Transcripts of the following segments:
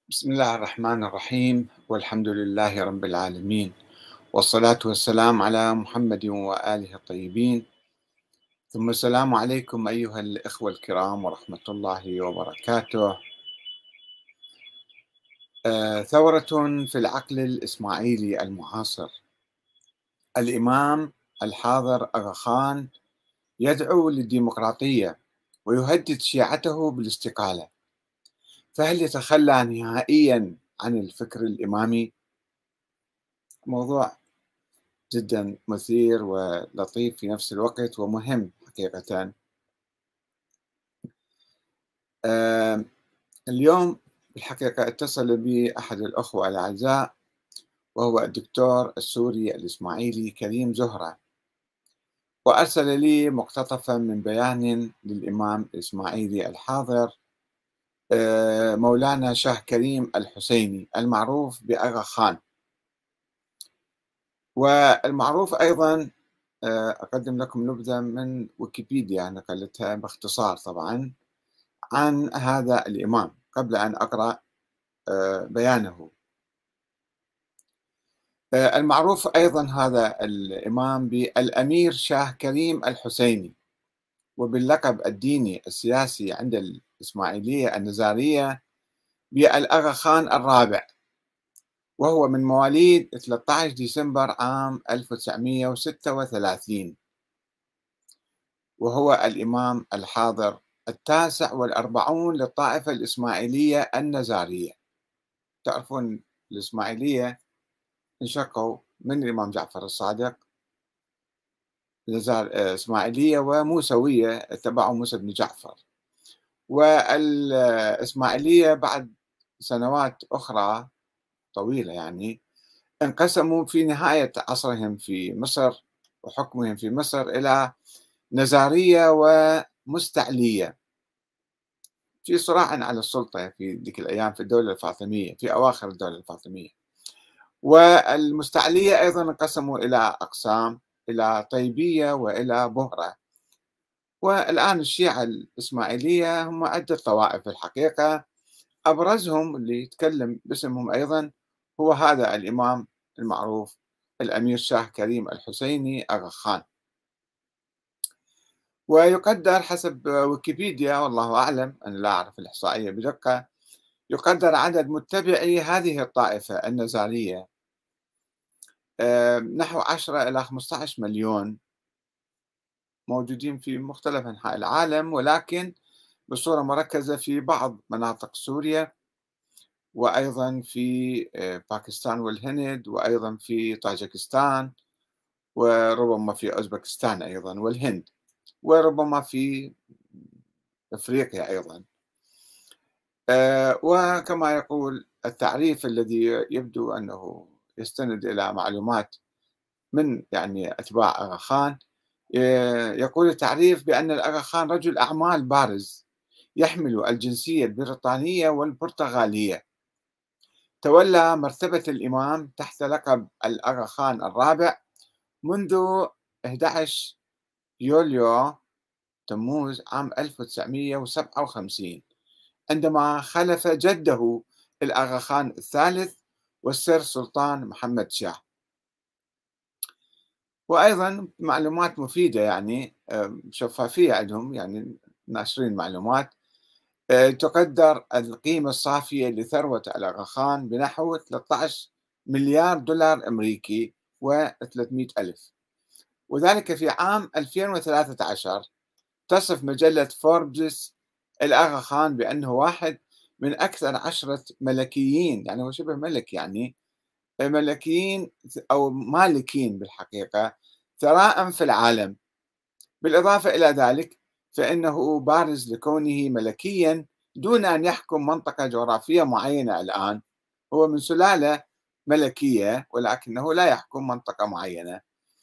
بسم الله الرحمن الرحيم والحمد لله رب العالمين والصلاة والسلام على محمد وآله الطيبين ثم السلام عليكم أيها الإخوة الكرام ورحمة الله وبركاته. ثورة في العقل الإسماعيلي المعاصر. الإمام الحاضر أغا خان يدعو للديمقراطية ويهدد شيعته بالاستقالة، فهل يتخلى نهائيا عن الفكر الإمامي؟ موضوع جدا مثير ولطيف في نفس الوقت ومهم حقيقة. آه، اليوم بالحقيقة اتصل بي أحد الأخوة الأعزاء وهو الدكتور السوري الإسماعيلي كريم زهرة، وأرسل لي مقتطفا من بيان للإمام الإسماعيلي الحاضر مولانا شاه كريم الحسيني المعروف بأغا خان، والمعروف أيضا أقدم لكم نبذة من ويكيبيديا نقلتها باختصار طبعا عن هذا الإمام قبل أن أقرأ بيانه. المعروف أيضا هذا الإمام بالأمير شاه كريم الحسيني، وباللقب الديني السياسي عند الإسماعيلية النزارية بالأغا خان الرابع، وهو من مواليد 13 ديسمبر عام 1936، وهو الإمام الحاضر ال49 للطائفة الإسماعيلية النزارية. تعرفون الإسماعيلية انشقوا من الإمام جعفر الصادق، إسماعيلية وموسوية اتبعوا موسى بن جعفر، والإسماعيلية بعد سنوات أخرى طويلة يعني انقسموا في نهاية عصرهم في مصر وحكمهم في مصر إلى نزارية ومستعلية، في صراع على السلطة في ذيك الأيام في الدولة الفاطمية في أواخر الدولة الفاطمية. والمستعلية أيضا انقسموا إلى أقسام، إلى طيبية وإلى بهرة. والآن الشيعة الإسماعيلية هم عدة طوائف في الحقيقة، أبرزهم اللي يتكلم باسمهم أيضا هو هذا الإمام المعروف الأمير شاه كريم الحسيني أغا خان. ويقدر حسب ويكيبيديا، والله أعلم أنا لا أعرف الإحصائية بدقة، يقدر عدد متبعي هذه الطائفة النزارية نحو 10 إلى 15 مليون، موجودين في مختلف أنحاء العالم، ولكن بصورة مركزة في بعض مناطق سوريا، وأيضا في باكستان والهند، وأيضا في طاجكستان، وربما في أوزبكستان أيضا والهند، وربما في أفريقيا أيضا. وكما يقول التعريف الذي يبدو أنه يستند إلى معلومات من يعني أتباع أغا خان، يقول التعريف بأن الأغا خان رجل أعمال بارز يحمل الجنسية البريطانية والبرتغالية، تولى مرتبة الإمام تحت لقب الأغا خان الرابع منذ 11 يوليو تموز عام 1957، عندما خلف جده الأغا خان الثالث والسر سلطان محمد شاه. وأيضا معلومات مفيدة يعني شفافية عندهم، يعني ناشرين معلومات. تقدر القيمة الصافية لثروة الأغا خان بنحو 13 مليار دولار أمريكي و300 ألف، وذلك في عام 2013. تصف مجلة فوربس الأغا خان بأنه واحد من أكثر 10 ملكيين، يعني هو شبه ملك، يعني ملكيين أو مالكين بالحقيقة ثراء في العالم. بالإضافة إلى ذلك فإنه بارز لكونه ملكيا دون أن يحكم منطقة جغرافية معينة. الآن هو من سلالة ملكية ولكنه لا يحكم منطقة معينة.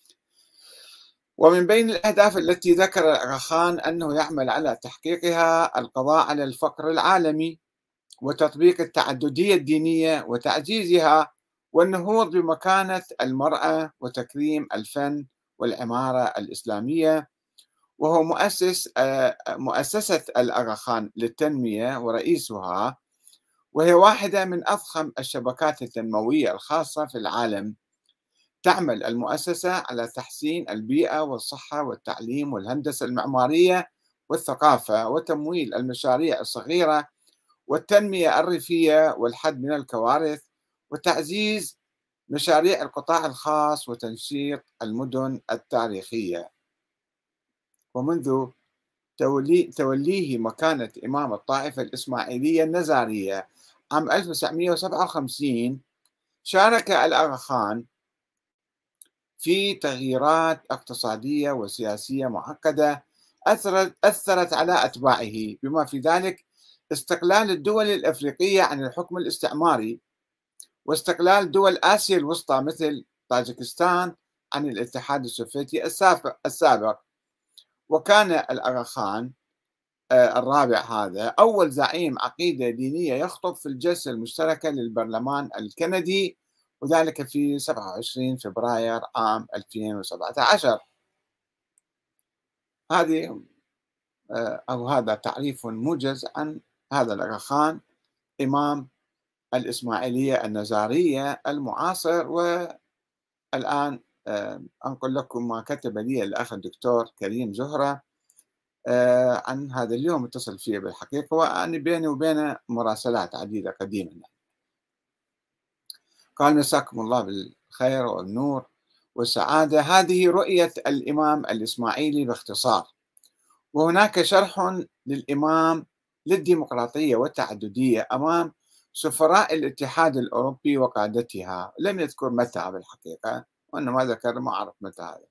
ومن بين الأهداف التي ذكر الأغا خان أنه يعمل على تحقيقها القضاء على الفقر العالمي وتطبيق التعددية الدينية وتعزيزها والنهوض بمكانة المرأة وتكريم الفن والعمارة الإسلامية. وهو مؤسسة الأغا خان للتنمية ورئيسها، وهي واحدة من أضخم الشبكات التنموية الخاصة في العالم. تعمل المؤسسة على تحسين البيئة والصحة والتعليم والهندسة المعمارية والثقافة وتمويل المشاريع الصغيرة والتنمية الريفية والحد من الكوارث وتعزيز مشاريع القطاع الخاص وتنشيط المدن التاريخية. ومنذ توليه مكانة إمام الطائفة الإسماعيلية النزارية عام 1957 شارك الأغا خان في تغييرات اقتصادية وسياسية معقدة أثرت على أتباعه، بما في ذلك استقلال الدول الأفريقية عن الحكم الاستعماري، واستقلال دول آسيا الوسطى مثل طاجكستان عن الاتحاد السوفيتي السابق. وكان الأغا خان الرابع هذا أول زعيم عقيدة دينية يخطب في الجلسة المشتركة للبرلمان الكندي، وذلك في 27 فبراير عام 2017. هذه أو هذا تعريف موجز عن هذا الأغا خان إمام الإسماعيلية النزارية المعاصر. والآن أنقل لكم ما كتب لي الأخ الدكتور كريم زهرة عن هذا اليوم، اتصل فيه بالحقيقة، وأنا بيني وبينه مراسلات عديدة قديمة. قال: مساكم الله بالخير والنور والسعادة. هذه رؤية الإمام الإسماعيلي باختصار، وهناك شرح للإمام للديمقراطية والتعددية أمام سفراء الاتحاد الأوروبي وقادتها. لم يذكر متى بالحقيقة، وأنه ما ذكر، ما أعرف متى هذا.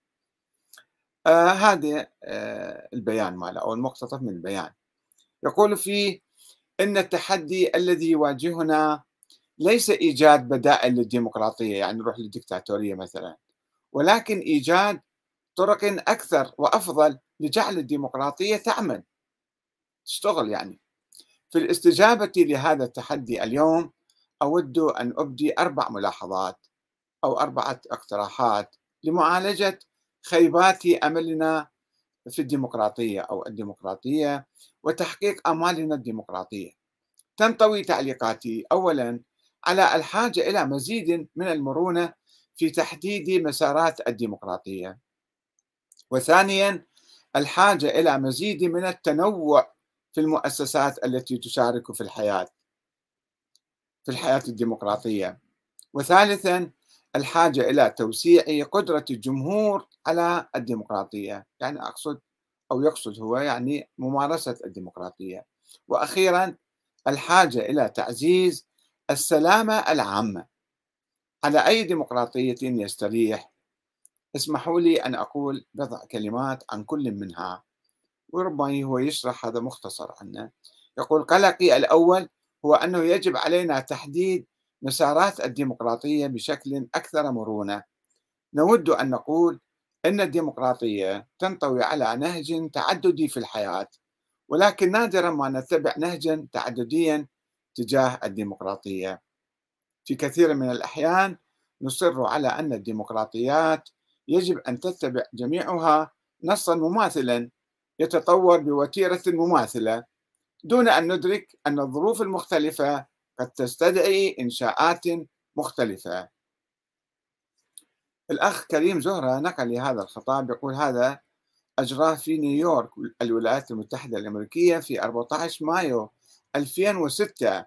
هذا البيان ماله أو المقتطف من البيان. يقول فيه إن التحدي الذي يواجهنا ليس إيجاد بدائل للديمقراطية، يعني نروح للديكتاتورية مثلا، ولكن إيجاد طرق أكثر وأفضل لجعل الديمقراطية تعمل، تشتغل. يعني في الاستجابة لهذا التحدي اليوم أود أن أبدي 4 ملاحظات أو 4 اقتراحات لمعالجة خيبات أملنا في الديمقراطية أو الديمقراطية وتحقيق آمالنا الديمقراطية. تنطوي تعليقاتي أولا على الحاجة إلى مزيد من المرونة في تحديد مسارات الديمقراطية، وثانيا الحاجة إلى مزيد من التنوع في المؤسسات التي تشارك في الحياة الديمقراطية، وثالثا الحاجة إلى توسيع قدرة الجمهور على الديمقراطية، يعني يقصد هو يعني ممارسة الديمقراطية، وأخيرا الحاجة إلى تعزيز السلامة العامة. على أي ديمقراطية يستريح؟ اسمحوا لي أن أقول بضع كلمات عن كل منها، وربما هو يشرح هذا مختصر عنه. يقول: قلقي الأول هو أنه يجب علينا تحديد مسارات الديمقراطية بشكل أكثر مرونة. نود أن نقول أن الديمقراطية تنطوي على نهج تعددي في الحياة، ولكن نادرا ما نتبع نهجا تعدديا تجاه الديمقراطية. في كثير من الأحيان نصر على أن الديمقراطيات يجب أن تتبع جميعها نصا مماثلا يتطور بوتيرة مماثلة، دون أن ندرك أن الظروف المختلفة قد تستدعي إنشاءات مختلفة. الأخ كريم زهرة نقل لي هذا الخطاب، يقول هذا أجراه في نيويورك الولايات المتحدة الأمريكية في 14 مايو 2006،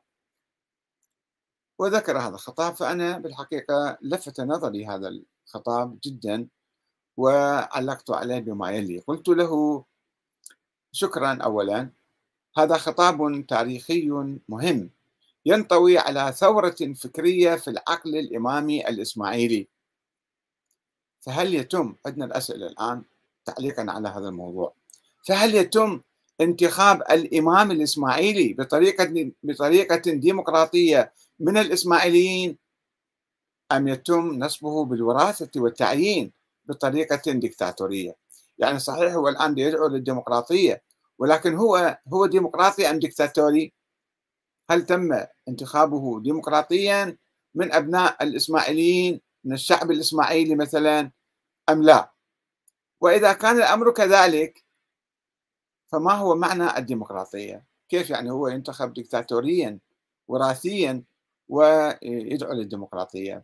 وذكر هذا الخطاب. فأنا بالحقيقة لفت نظري هذا الخطاب جدا، وعلقت عليه بما يلي. قلت له: شكرا أولا، هذا خطاب تاريخي مهم ينطوي على ثورة فكرية في العقل الإمامي الإسماعيلي. فهل يتم، عندنا الأسئلة الآن تعليقا على هذا الموضوع، فهل يتم انتخاب الإمام الإسماعيلي بطريقة ديمقراطية من الإسماعيليين، أم يتم نصبه بالوراثة والتعيين بطريقة ديكتاتورية؟ يعني صحيح هو الآن يدعو للديمقراطية، ولكن هو ديمقراطي أم ديكتاتوري؟ هل تم انتخابه ديمقراطيا من أبناء الإسماعيليين، من الشعب الإسماعيلي مثلا، أم لا؟ وإذا كان الأمر كذلك، فما هو معنى الديمقراطية؟ كيف يعني هو ينتخب ديكتاتوريا وراثيا ويدعو للديمقراطية.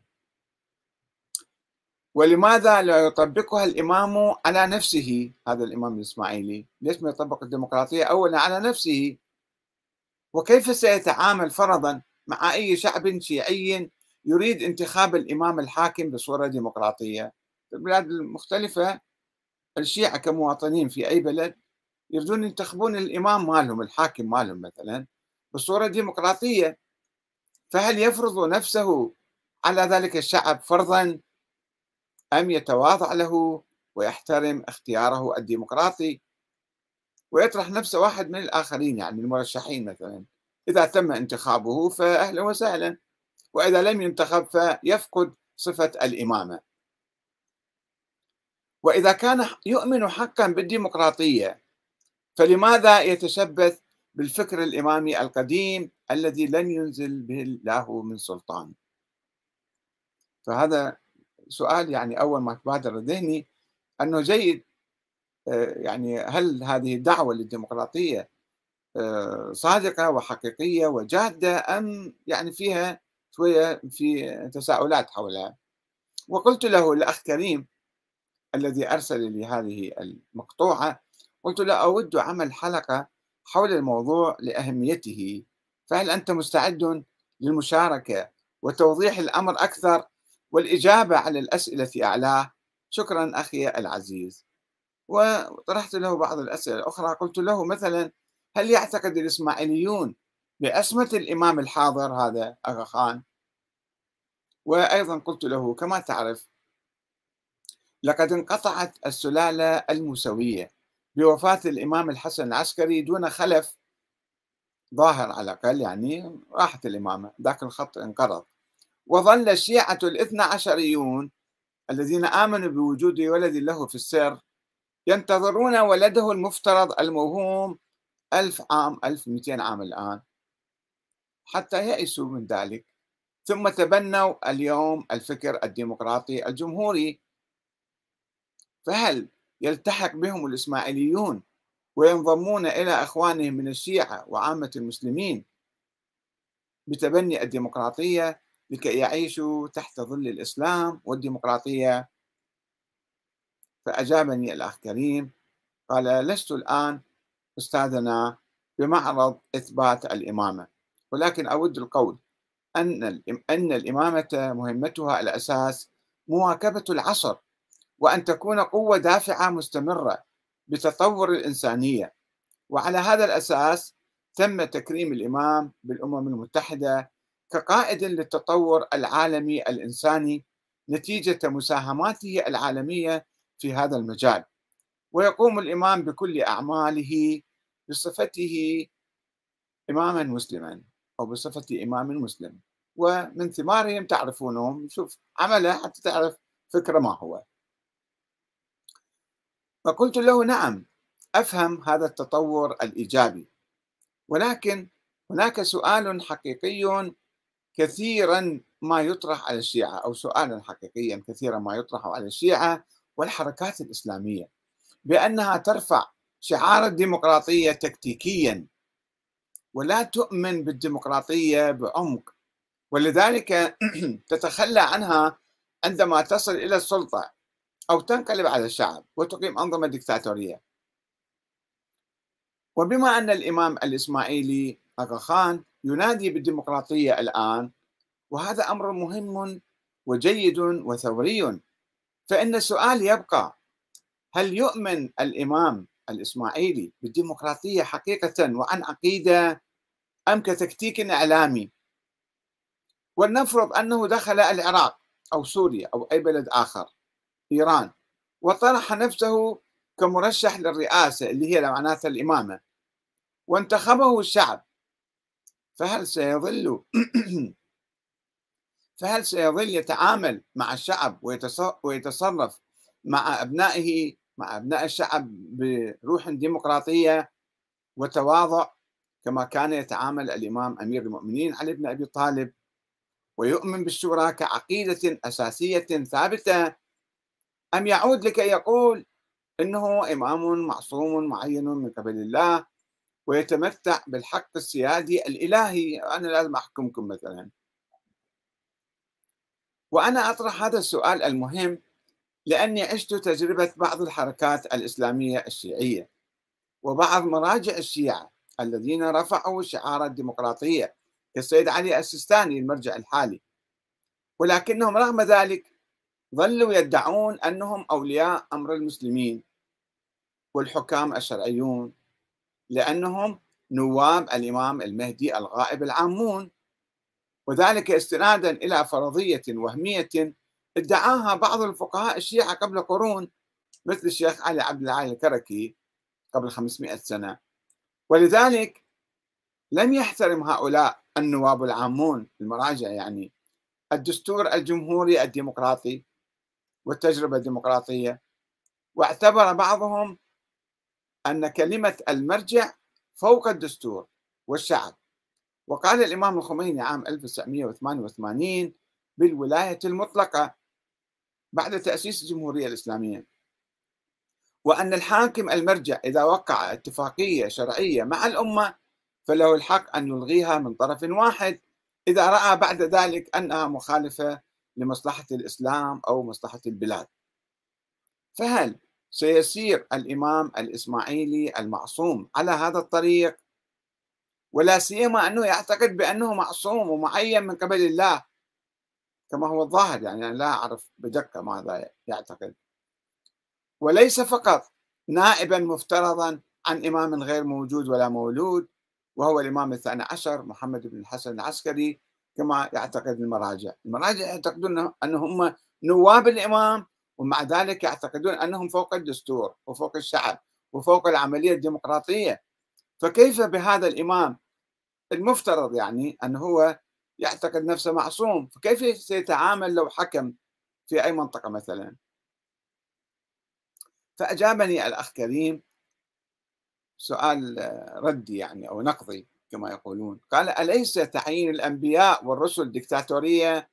ولماذا لا يطبقها الإمام على نفسه؟ هذا الإمام الإسماعيلي ليش ما يطبق الديمقراطية أولا على نفسه؟ وكيف سيتعامل فرضا مع أي شعب شيعي يريد انتخاب الإمام الحاكم بصورة ديمقراطية؟ في البلاد المختلفة الشيعة كمواطنين في أي بلد يريدون ينتخبون الإمام مالهم، الحاكم مالهم مثلا، بصورة ديمقراطية، فهل يفرض نفسه على ذلك الشعب فرضا، أم يتواضع له ويحترم اختياره الديمقراطي ويطرح نفسه واحد من الآخرين، يعني المرشحين مثلا؟ إذا تم انتخابه فأهلا وسهلا، وإذا لم ينتخب فيفقد صفة الإمامة. وإذا كان يؤمن حقا بالديمقراطية فلماذا يتشبث بالفكر الإمامي القديم الذي لم ينزل به الله من سلطان؟ فهذا سؤال يعني أول ما تبادر ذهني، أنه جيد، يعني هل هذه الدعوة للديمقراطية صادقة وحقيقية وجادة، أم يعني فيها شوية في تساؤلات حولها؟ وقلت له الأخ كريم الذي أرسل لي هذه المقطوعة، قلت له أود عمل حلقة حول الموضوع لأهميته، فهل أنت مستعد للمشاركة وتوضيح الأمر أكثر والإجابة على الأسئلة أعلاه؟ شكرا أخي العزيز. وطرحت له بعض الأسئلة الأخرى، قلت له مثلا هل يعتقد الإسماعيليون بعصمة الإمام الحاضر هذا أغا خان؟ وأيضا قلت له كما تعرف لقد انقطعت السلالة الموسوية بوفاة الإمام الحسن العسكري دون خلف ظاهر، على الأقل يعني راحت الإمامة، ذاك الخط انقرض، وظل الشيعة الاثنى عشريون الذين آمنوا بوجود ولد له في السر ينتظرون ولده المفترض الموهوم 1000 عام، 1200 عام الآن، حتى يئسوا من ذلك، ثم تبنوا اليوم الفكر الديمقراطي الجمهوري. فهل يلتحق بهم الإسماعيليون وينضمون إلى أخوانهم من الشيعة وعامة المسلمين بتبني الديمقراطية لكي يعيشوا تحت ظل الإسلام والديمقراطية؟ فأجابني الأخ كريم قال لست الآن أستاذنا بمعرض إثبات الإمامة، ولكن أود القول أن الإمامة مهمتها الأساس مواكبة العصر، وأن تكون قوة دافعة مستمرة بتطور الإنسانية، وعلى هذا الأساس تم تكريم الإمام بالأمم المتحدة كقائد للتطور العالمي الإنساني نتيجة مساهماته العالمية في هذا المجال، ويقوم الإمام بكل أعماله بصفته إماما مسلما أو بصفة إمام مسلم، ومن ثمارهم تعرفونهم، شوف عمله حتى تعرف فكرة ما هو. فقلت له نعم أفهم هذا التطور الإيجابي، ولكن هناك سؤال حقيقي كثيرا ما يطرح على الشيعة، أو سؤالا حقيقيا كثيرا ما يطرح على الشيعة والحركات الإسلامية، بأنها ترفع شعار الديمقراطية تكتيكيا ولا تؤمن بالديمقراطية بعمق، ولذلك تتخلى عنها عندما تصل إلى السلطة أو تنقلب على الشعب وتقيم أنظمة ديكتاتورية. وبما أن الإمام الإسماعيلي أغا خان ينادي بالديمقراطية الآن، وهذا أمر مهم وجيد وثوري، فإن السؤال يبقى هل يؤمن الإمام الإسماعيلي بالديمقراطية حقيقة وعن عقيدة، أم كتكتيك إعلامي؟ ولنفرض أنه دخل العراق أو سوريا أو أي بلد آخر، إيران، وطرح نفسه كمرشح للرئاسة اللي هي معناتها الإمامة، وانتخبه الشعب، فهل سيظل فهل سيظل يتعامل مع الشعب ويتصرف مع أبنائه، مع أبناء الشعب، بروح ديمقراطية وتواضع كما كان يتعامل الإمام أمير المؤمنين علي بن أبي طالب، ويؤمن بالشورى كعقيدة أساسية ثابتة، أم يعود لكي يقول إنه إمام معصوم معين من قبل الله ويتمتع بالحق السيادي الإلهي. أنا لازم أحكمكم مثلا. وأنا أطرح هذا السؤال المهم لأني عشت تجربة بعض الحركات الإسلامية الشيعية وبعض مراجع الشيعة الذين رفعوا شعار الديمقراطية كالسيد علي السيستاني المرجع الحالي، ولكنهم رغم ذلك ظلوا يدعون أنهم أولياء أمر المسلمين والحكام الشرعيون، لأنهم نواب الإمام المهدي الغائب العامون، وذلك استنادا إلى فرضية وهمية ادعاها بعض الفقهاء الشيعة قبل قرون، مثل الشيخ علي عبد العال الكركي قبل 500 سنة. ولذلك لم يحترم هؤلاء النواب العامون المراجع يعني الدستور الجمهوري الديمقراطي والتجربة الديمقراطية، واعتبر بعضهم أن كلمة المرجع فوق الدستور والشعب. وقال الإمام الخميني عام 1988 بالولاية المطلقة بعد تأسيس الجمهورية الإسلامية، وأن الحاكم المرجع إذا وقع اتفاقية شرعية مع الأمة فله الحق أن يلغيها من طرف واحد إذا رأى بعد ذلك أنها مخالفة لمصلحة الإسلام أو مصلحة البلاد. فهل سيسير الإمام الإسماعيلي المعصوم على هذا الطريق؟ ولا سيما أنه يعتقد بأنه معصوم ومعين من قبل الله كما هو الظاهر، يعني أنا لا أعرف بدقة ماذا يعتقد، وليس فقط نائبا مفترضا عن إمام غير موجود ولا مولود وهو الإمام الثاني عشر محمد بن الحسن العسكري كما يعتقد المراجع. المراجع يعتقدون أنهم نواب الإمام، ومع ذلك يعتقدون أنهم فوق الدستور وفوق الشعب وفوق العملية الديمقراطية. فكيف بهذا الإمام المفترض يعني أنه هو يعتقد نفسه معصوم، فكيف سيتعامل لو حكم في أي منطقة مثلا؟ فأجابني الأخ كريم سؤال ردي يعني أو نقضي كما يقولون، قال: أليس تعيين الأنبياء والرسل ديكتاتورية؟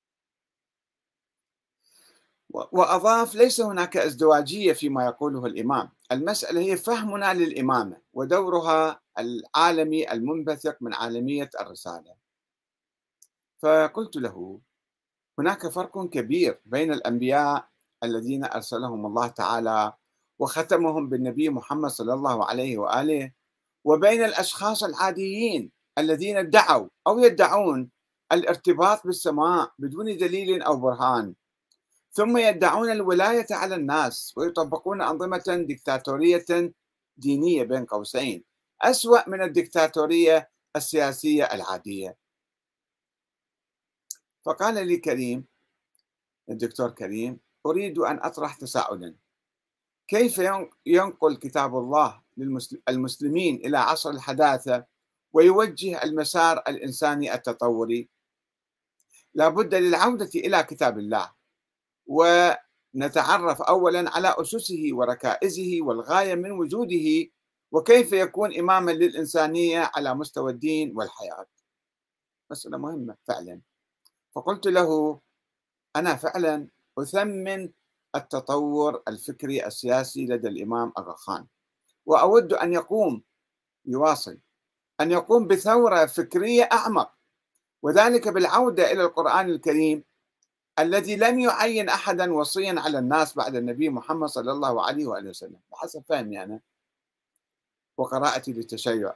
وأضاف: ليس هناك ازدواجية فيما يقوله الإمام، المسألة هي فهمنا للإمامة ودورها العالمي المنبثق من عالمية الرسالة. فقلت له: هناك فرق كبير بين الأنبياء الذين أرسلهم الله تعالى وختمهم بالنبي محمد صلى الله عليه وآله، وبين الأشخاص العاديين الذين ادعوا أو يدعون الارتباط بالسماء بدون دليل أو برهان، ثم يدعون الولاية على الناس ويطبقون أنظمة ديكتاتورية دينية بين قوسين أسوأ من الديكتاتورية السياسية العادية. فقال لي كريم الدكتور كريم: أريد أن أطرح تساؤلا، كيف ينقل كتاب الله المسلمين إلى عصر الحداثة ويوجه المسار الإنساني التطوري؟ لا بد للعودة إلى كتاب الله ونتعرف أولا على أسسه وركائزه والغاية من وجوده، وكيف يكون إماما للإنسانية على مستوى الدين والحياة. مسألة مهمة فعلا. فقلت له: أنا فعلا أثمن التطور الفكري السياسي لدى الإمام أغا خان، وأود أن يقوم، يواصل، أن يقوم بثورة فكرية أعمق، وذلك بالعودة إلى القرآن الكريم الذي لم يعين أحدا وصيا على الناس بعد النبي محمد صلى الله عليه وآله وسلم بحسب فهمي أنا وقراءتي للتشيع.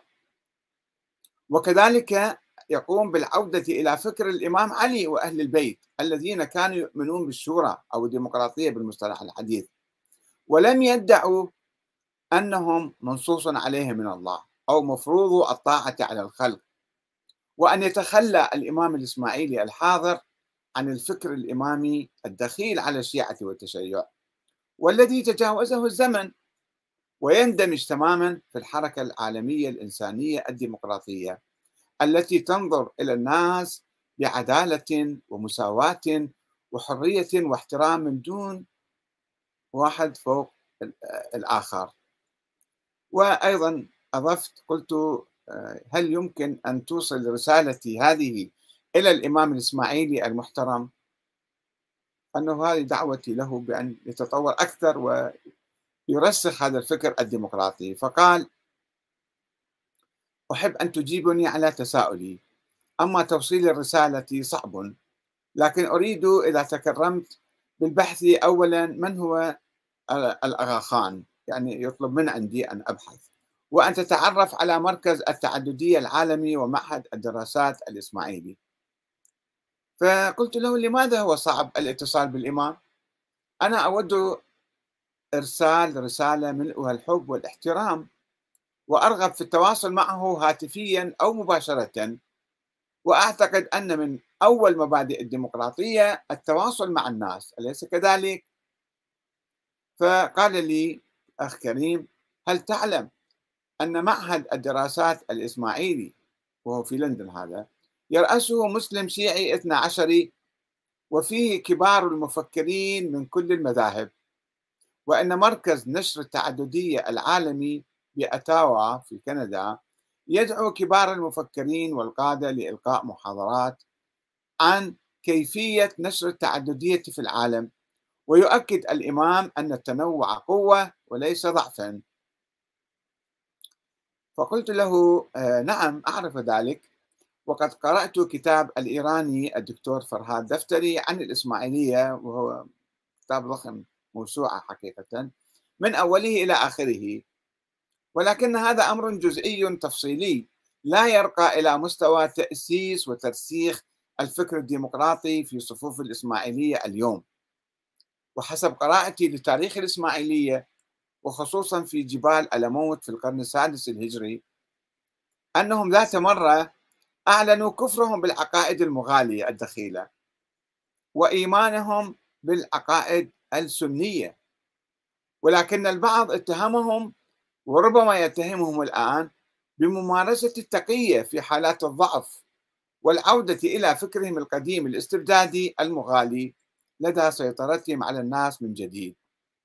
وكذلك يقوم بالعودة إلى فكر الإمام علي وأهل البيت الذين كانوا يؤمنون بالشورى أو الديمقراطية بالمصطلح الحديث، ولم يدعوا أنهم منصوص عليهم من الله أو مفروض الطاعة على الخلق، وأن يتخلى الإمام الإسماعيلي الحاضر عن الفكر الإمامي الدخيل على الشيعة والتشيع والذي تجاوزه الزمن ويندمج تماما في الحركة العالمية الإنسانية الديمقراطية التي تنظر إلى الناس بعدالة ومساواة وحرية واحترام من دون واحد فوق الآخر. وأيضا أضفت قلت: هل يمكن أن توصل رسالتي هذه إلى الإمام الإسماعيلي المحترم؟ أنه هذه دعوتي له بأن يتطور أكثر ويرسخ هذا الفكر الديمقراطي. فقال: أحب أن تجيبني على تساؤلي، أما توصيل الرسالة صعب، لكن أريد إذا تكرمت بالبحث أولا من هو الأغا خان، يعني يطلب من عندي أن أبحث، وأن تتعرف على مركز التعددية العالمي ومعهد الدراسات الإسماعيلي. فقلت له: لماذا هو صعب الاتصال بالإمام؟ أنا أود إرسال رسالة ملؤها الحب والاحترام، وأرغب في التواصل معه هاتفيا أو مباشرة، وأعتقد أن من أول مبادئ الديمقراطية التواصل مع الناس، أليس كذلك؟ فقال لي أخ كريم: هل تعلم أن معهد الدراسات الإسماعيلي، وهو في لندن هذا، يرأسه مسلم شيعي 12، وفيه كبار المفكرين من كل المذاهب، وأن مركز نشر التعددية العالمي بأتاوا في كندا يدعو كبار المفكرين والقادة لإلقاء محاضرات عن كيفية نشر التعددية في العالم، ويؤكد الإمام أن التنوع قوة وليس ضعفا. فقلت له: نعم أعرف ذلك، وقد قرأت كتاب الإيراني الدكتور فرهاد دفتري عن الإسماعيلية، وهو كتاب ضخم، موسوعة حقيقة من أوله إلى آخره، ولكن هذا أمر جزئي تفصيلي لا يرقى إلى مستوى تأسيس وترسيخ الفكر الديمقراطي في صفوف الإسماعيلية اليوم. وحسب قراءتي لتاريخ الإسماعيلية، وخصوصا في جبال ألموت في القرن السادس الهجري، أنهم ذات مرة أعلنوا كفرهم بالعقائد المغالية الدخيلة وإيمانهم بالعقائد السنية، ولكن البعض اتهمهم، وربما يتهمهم الآن، بممارسة التقية في حالات الضعف والعودة إلى فكرهم القديم الاستبدادي المغالي لدى سيطرتهم على الناس من جديد.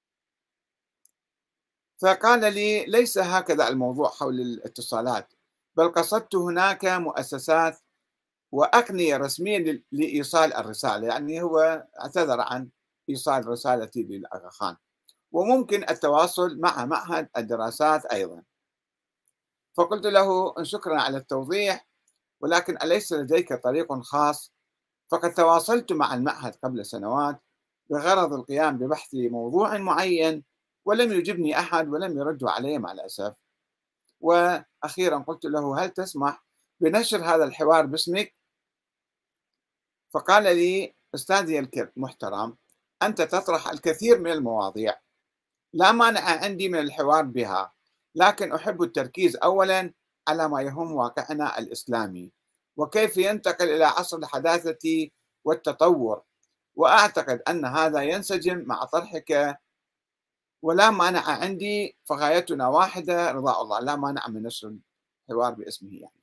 فقال لي: ليس هكذا الموضوع حول الاتصالات، بل قصدت هناك مؤسسات وأقنية رسمية لإيصال الرسالة، يعني هو اعتذر عن إيصال رسالتي للأغا خان، وممكن التواصل مع معهد الدراسات أيضا. فقلت له: شكرا على التوضيح، ولكن أليس لديك طريق خاص؟ فقد تواصلت مع المعهد قبل سنوات بغرض القيام ببحث موضوع معين، ولم يجبني أحد ولم يردوا علي مع الأسف. وأخيرا قلت له: هل تسمح بنشر هذا الحوار باسمك؟ فقال لي: أستاذي المحترم، أنت تطرح الكثير من المواضيع، لا مانع عندي من الحوار بها، لكن أحب التركيز أولا على ما يهم واقعنا الإسلامي، وكيف ينتقل إلى عصر الحداثة والتطور، وأعتقد أن هذا ينسجم مع طرحك، ولا مانع عندي، فغايتنا واحدة رضاء الله، لا مانع من نشر الحوار باسمه يعني.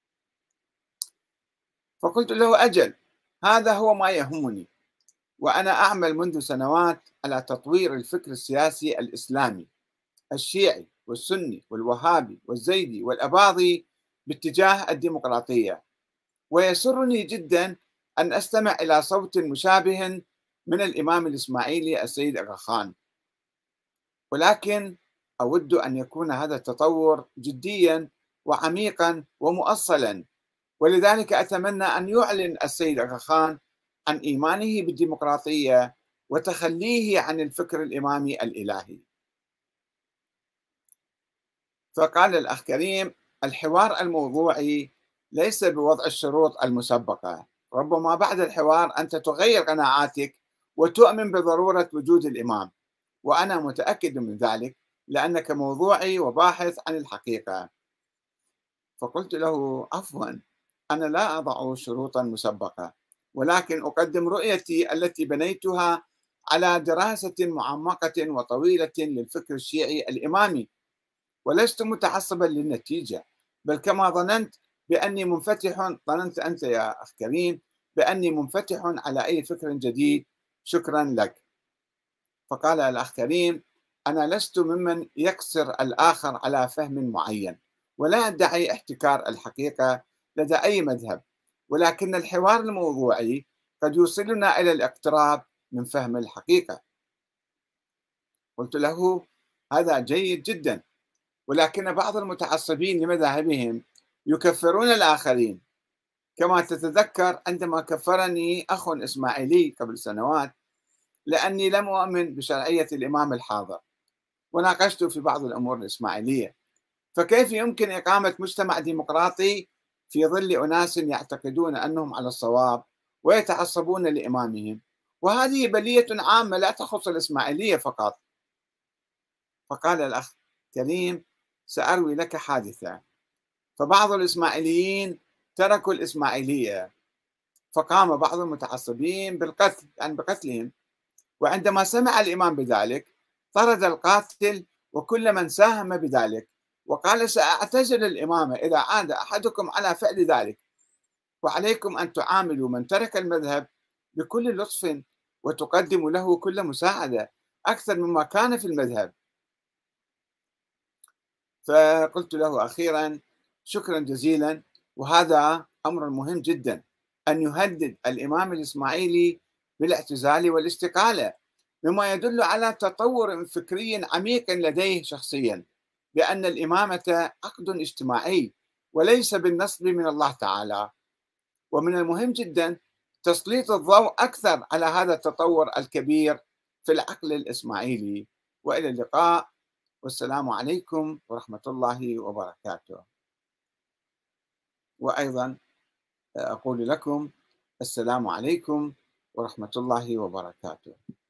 فقلت له: أجل، هذا هو ما يهمني، وأنا أعمل منذ سنوات على تطوير الفكر السياسي الإسلامي الشيعي والسني والوهابي والزيدي والأباضي باتجاه الديمقراطية، ويسرني جدا أن أستمع إلى صوت مشابه من الإمام الإسماعيلي السيد أغا خان، ولكن أود أن يكون هذا التطور جديا وعميقا ومؤصلا، ولذلك أتمنى أن يعلن السيد أغا خان عن إيمانه بالديمقراطية وتخليه عن الفكر الإمامي الإلهي. فقال الأخ كريم: الحوار الموضوعي ليس بوضع الشروط المسبقة، ربما بعد الحوار أنت تغير قناعاتك وتؤمن بضرورة وجود الإمام، وأنا متأكد من ذلك لأنك موضوعي وباحث عن الحقيقة. فقلت له: عفوا، أنا لا أضع شروطا مسبقة، ولكن أقدم رؤيتي التي بنيتها على دراسة معمقة وطويلة للفكر الشيعي الإمامي، ولست متعصبا للنتيجة، بل كما ظننت أنت يا أخ كريم بأني منفتح على أي فكر جديد. شكرا لك. فقال الأخ كريم: أنا لست ممن يقصر الآخر على فهم معين، ولا أدعي احتكار الحقيقة لدى أي مذهب، ولكن الحوار الموضوعي قد يوصلنا إلى الاقتراب من فهم الحقيقة. قلت له: هذا جيد جدا، ولكن بعض المتعصبين لمذاهبهم يكفرون الآخرين. كما تتذكر عندما كفرني أخ إسماعيلي قبل سنوات لأني لم أؤمن بشرعية الإمام الحاضر، وناقشته في بعض الأمور الإسماعيلية. فكيف يمكن إقامة مجتمع ديمقراطي في ظل أناس يعتقدون أنهم على الصواب ويتعصبون لإمامهم؟ وهذه بلية عامة لا تخص الإسماعيلية فقط. فقال الأخ كريم: سأروي لك حادثة. فبعض الإسماعيليين تركوا الإسماعيلية، فقام بعض المتعصبين بالقتل، يعني بقتلهم. وعندما سمع الإمام بذلك طرد القاتل وكل من ساهم بذلك، وقال: سأعتزل الإمامة إذا عاد أحدكم على فعل ذلك، وعليكم أن تعاملوا من ترك المذهب بكل لطف وتقدموا له كل مساعدة أكثر مما كان في المذهب. فقلت له أخيرا: شكرا جزيلا، وهذا أمر مهم جدا أن يهدد الإمام الإسماعيلي بالاعتزال والاستقالة، مما يدل على تطور فكري عميق لديه شخصيا، بأن الإمامة عقد اجتماعي وليس بالنصب من الله تعالى. ومن المهم جدا تسليط الضوء أكثر على هذا التطور الكبير في العقل الإسماعيلي. وإلى اللقاء، والسلام عليكم ورحمة الله وبركاته. وأيضا أقول لكم السلام عليكم ورحمة الله وبركاته.